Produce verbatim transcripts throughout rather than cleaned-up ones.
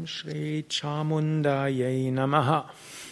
Om Shri Chamundaye Namaha.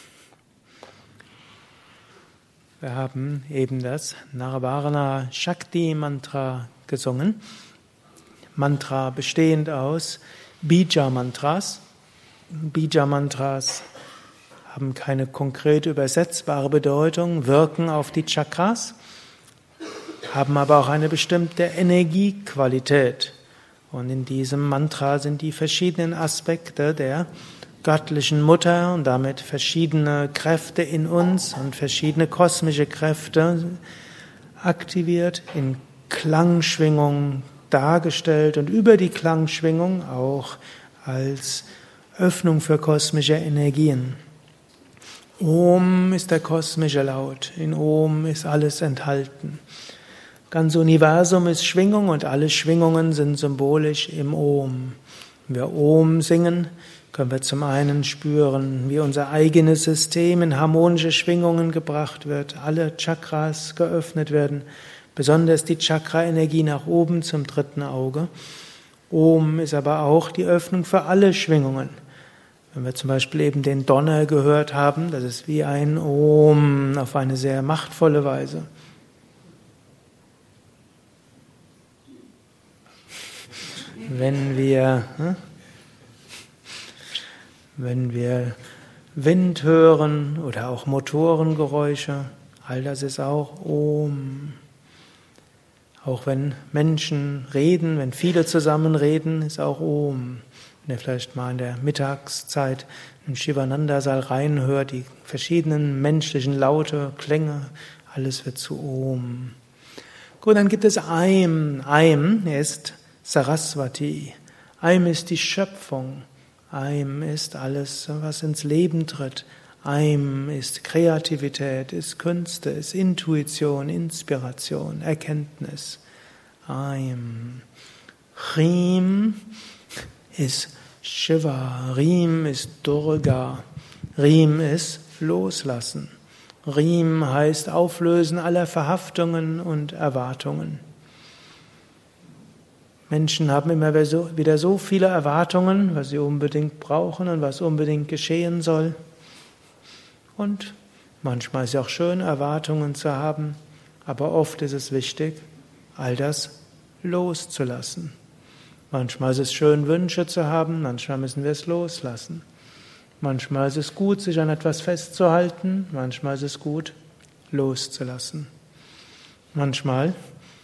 Wir haben eben das Naravarana Shakti Mantra gesungen. Mantra bestehend aus Bija-Mantras. Bija-Mantras haben keine konkret übersetzbare Bedeutung, wirken auf die Chakras, haben aber auch eine bestimmte Energiequalität. Und in diesem Mantra sind die verschiedenen Aspekte der göttlichen Mutter und damit verschiedene Kräfte in uns und verschiedene kosmische Kräfte aktiviert, in Klangschwingung dargestellt und über die Klangschwingung auch als Öffnung für kosmische Energien. Om ist der kosmische Laut, in Om ist alles enthalten. Ganz Universum ist Schwingung und alle Schwingungen sind symbolisch im Om. Wenn wir Om singen, können wir zum einen spüren, wie unser eigenes System in harmonische Schwingungen gebracht wird, alle Chakras geöffnet werden, besonders die Chakra-Energie nach oben zum dritten Auge. Om ist aber auch die Öffnung für alle Schwingungen. Wenn wir zum Beispiel eben den Donner gehört haben, das ist wie ein Om auf eine sehr machtvolle Weise. Wenn wir, wenn wir Wind hören oder auch Motorengeräusche, all das ist auch Om. Auch wenn Menschen reden, wenn viele zusammen reden, ist auch Om. Wenn ihr vielleicht mal in der Mittagszeit im Shivananda-Saal reinhört, die verschiedenen menschlichen Laute, Klänge, alles wird zu Om. Gut, dann gibt es Aim. Aim ist Saraswati. Aim ist die Schöpfung. Aim ist alles, was ins Leben tritt. Aim ist Kreativität, ist Künste, ist Intuition, Inspiration, Erkenntnis. Aim. Riem ist Shiva. Riem ist Durga. Riem ist Loslassen. Riem heißt Auflösen aller Verhaftungen und Erwartungen. Menschen haben immer wieder so viele Erwartungen, was sie unbedingt brauchen und was unbedingt geschehen soll. Und manchmal ist es auch schön, Erwartungen zu haben, aber oft ist es wichtig, all das loszulassen. Manchmal ist es schön, Wünsche zu haben, manchmal müssen wir es loslassen. Manchmal ist es gut, sich an etwas festzuhalten, manchmal ist es gut, loszulassen. Manchmal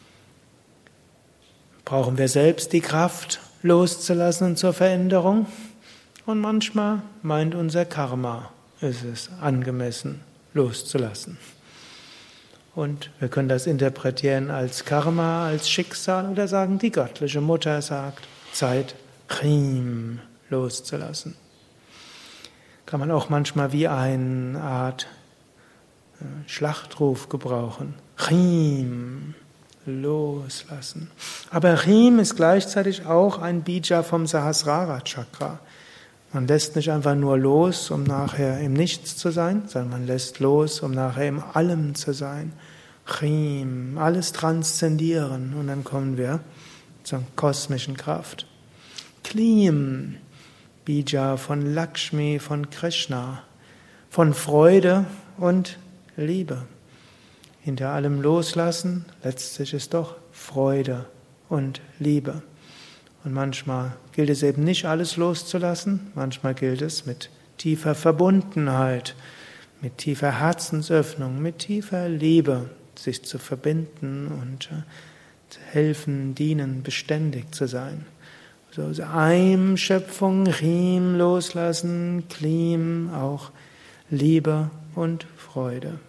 brauchen wir selbst die Kraft, loszulassen und zur Veränderung. Und manchmal meint unser Karma, es ist angemessen, loszulassen. Und wir können das interpretieren als Karma, als Schicksal oder sagen, die göttliche Mutter sagt, Zeit, Riem, loszulassen. Kann man auch manchmal wie eine Art Schlachtruf gebrauchen. Riem. Loslassen. Aber Riem ist gleichzeitig auch ein Bija vom Sahasrara Chakra. Man lässt nicht einfach nur los, um nachher im Nichts zu sein, sondern man lässt los, um nachher im Allem zu sein. Riem, alles transzendieren und dann kommen wir zur kosmischen Kraft. Klim, Bija von Lakshmi, von Krishna, von Freude und Liebe. Hinter allem Loslassen, letztlich ist doch Freude und Liebe. Und manchmal gilt es eben nicht, alles loszulassen, manchmal gilt es mit tiefer Verbundenheit, mit tiefer Herzensöffnung, mit tiefer Liebe, sich zu verbinden und zu helfen, dienen, beständig zu sein. Also Aim, Schöpfung, Riem, Loslassen, Klim, auch Liebe und Freude.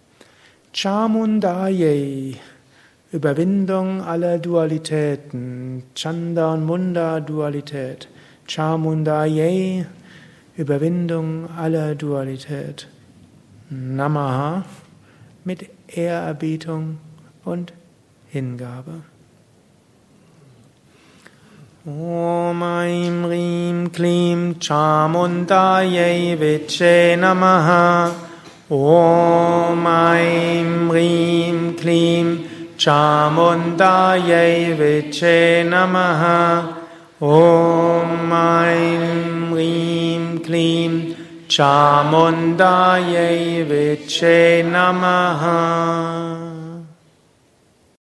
Chamundaye, Überwindung aller Dualitäten, Chanda und Munda Dualität. Chamundaye, Überwindung aller Dualität. Namaha, mit Ehrerbietung und Hingabe. Om Aim Riem Klim Chamundaye Viche Namaha. Om Aim Riem Klim Chamundaye Viche Namaha. Om Aim Hrim Klim Chamundayai Viche Namaha.